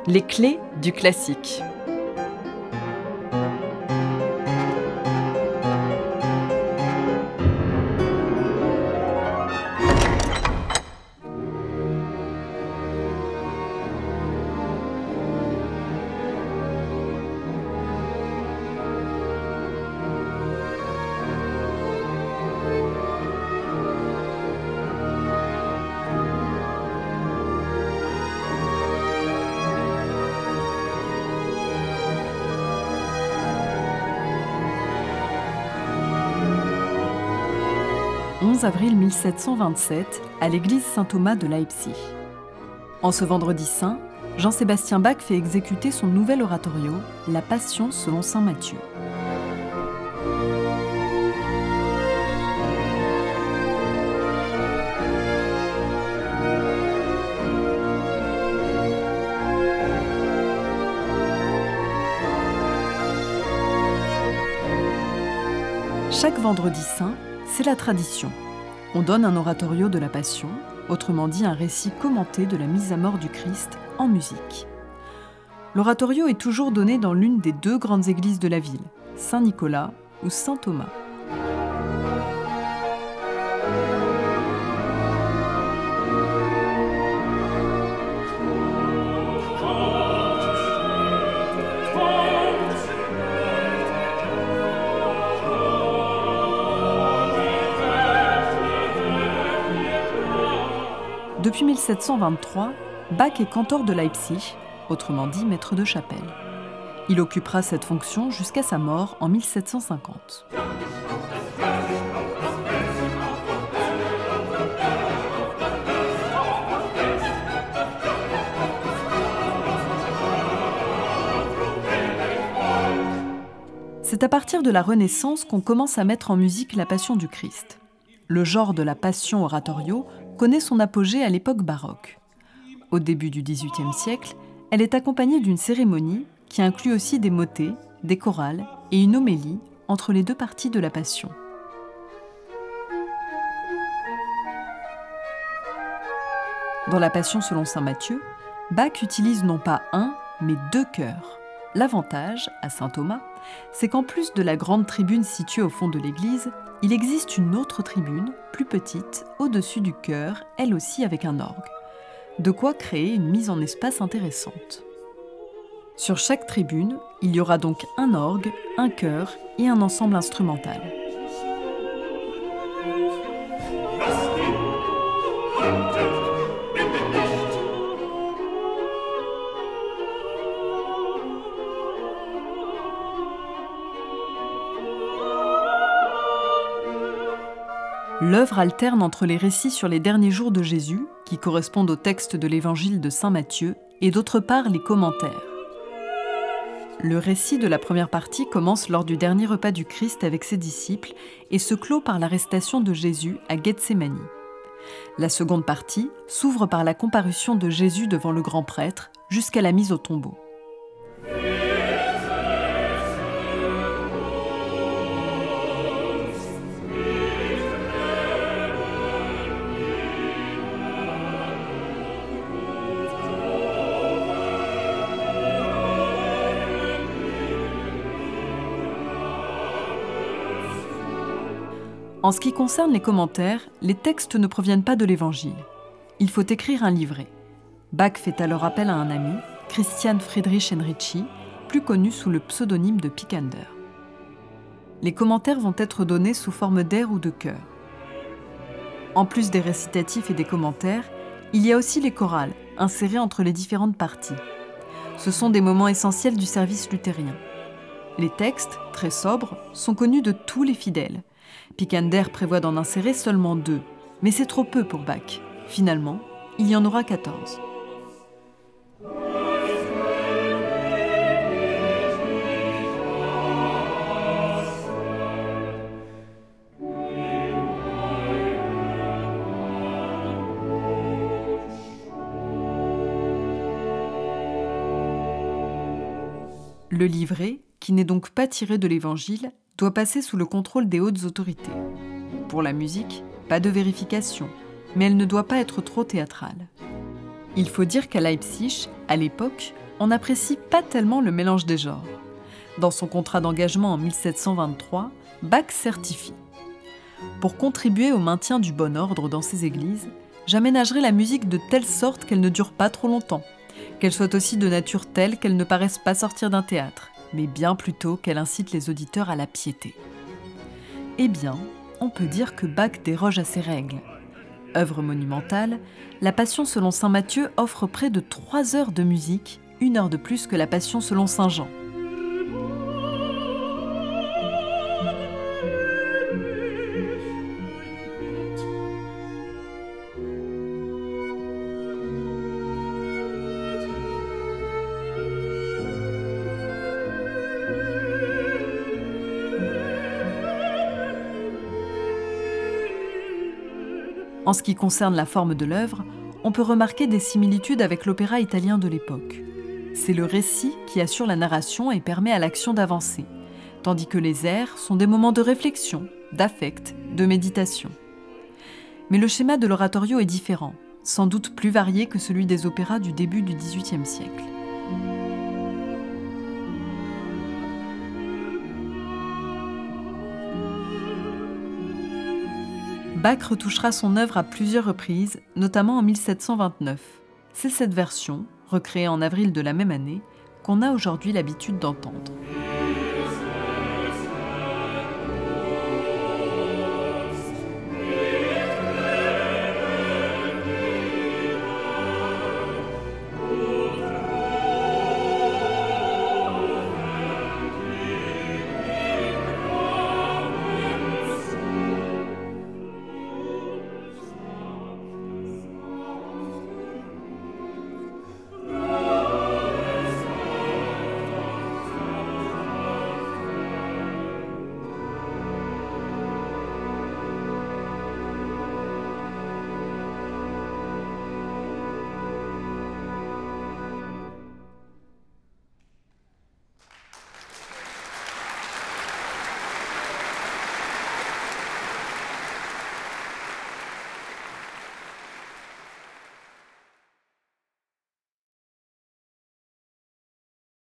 Les clés du classique. « 11 avril 1727, à l'église Saint-Thomas de Leipzig. En ce vendredi saint, Jean-Sébastien Bach fait exécuter son nouvel oratorio, La Passion selon saint Matthieu. Chaque vendredi saint, c'est la tradition. On donne un oratorio de la Passion, autrement dit un récit commenté de la mise à mort du Christ en musique. L'oratorio est toujours donné dans l'une des deux grandes églises de la ville, Saint-Nicolas ou Saint-Thomas. Depuis 1723, Bach est cantor de Leipzig, autrement dit maître de chapelle. Il occupera cette fonction jusqu'à sa mort en 1750. C'est à partir de la Renaissance qu'on commence à mettre en musique la Passion du Christ. Le genre de la Passion oratorio connaît son apogée à l'époque baroque. Au début du XVIIIe siècle, elle est accompagnée d'une cérémonie qui inclut aussi des motets, des chorales et une homélie entre les deux parties de la Passion. Dans la Passion selon saint Matthieu, Bach utilise non pas un, mais deux chœurs. L'avantage, à Saint-Thomas, c'est qu'en plus de la grande tribune située au fond de l'église, il existe une autre tribune, plus petite, au-dessus du chœur, elle aussi avec un orgue. De quoi créer une mise en espace intéressante. Sur chaque tribune, il y aura donc un orgue, un chœur et un ensemble instrumental. L'œuvre alterne entre les récits sur les derniers jours de Jésus, qui correspondent au texte de l'évangile de saint Matthieu, et d'autre part les commentaires. Le récit de la première partie commence lors du dernier repas du Christ avec ses disciples et se clôt par l'arrestation de Jésus à Gethsémani. La seconde partie s'ouvre par la comparution de Jésus devant le grand prêtre jusqu'à la mise au tombeau. En ce qui concerne les commentaires, les textes ne proviennent pas de l'Évangile. Il faut écrire un livret. Bach fait alors appel à un ami, Christian Friedrich Henrici, plus connu sous le pseudonyme de Picander. Les commentaires vont être donnés sous forme d'air ou de chœur. En plus des récitatifs et des commentaires, il y a aussi les chorales, insérées entre les différentes parties. Ce sont des moments essentiels du service luthérien. Les textes, très sobres, sont connus de tous les fidèles. Picander prévoit d'en insérer seulement 2, mais c'est trop peu pour Bach. Finalement, il y en aura 14. Le livret, qui n'est donc pas tiré de l'Évangile, doit passer sous le contrôle des hautes autorités. Pour la musique, pas de vérification, mais elle ne doit pas être trop théâtrale. Il faut dire qu'à Leipzig, à l'époque, on n'apprécie pas tellement le mélange des genres. Dans son contrat d'engagement en 1723, Bach certifie : pour contribuer au maintien du bon ordre dans ces églises, j'aménagerai la musique de telle sorte qu'elle ne dure pas trop longtemps, qu'elle soit aussi de nature telle qu'elle ne paraisse pas sortir d'un théâtre, mais bien plutôt qu'elle incite les auditeurs à la piété. Eh bien, on peut dire que Bach déroge à ces règles. Œuvre monumentale, la Passion selon saint Matthieu offre près de 3 heures de musique, 1 heure de plus que la Passion selon saint Jean. En ce qui concerne la forme de l'œuvre, on peut remarquer des similitudes avec l'opéra italien de l'époque. C'est le récit qui assure la narration et permet à l'action d'avancer, tandis que les airs sont des moments de réflexion, d'affect, de méditation. Mais le schéma de l'oratorio est différent, sans doute plus varié que celui des opéras du début du XVIIIe siècle. Bach retouchera son œuvre à plusieurs reprises, notamment en 1729. C'est cette version, recréée en avril de la même année, qu'on a aujourd'hui l'habitude d'entendre.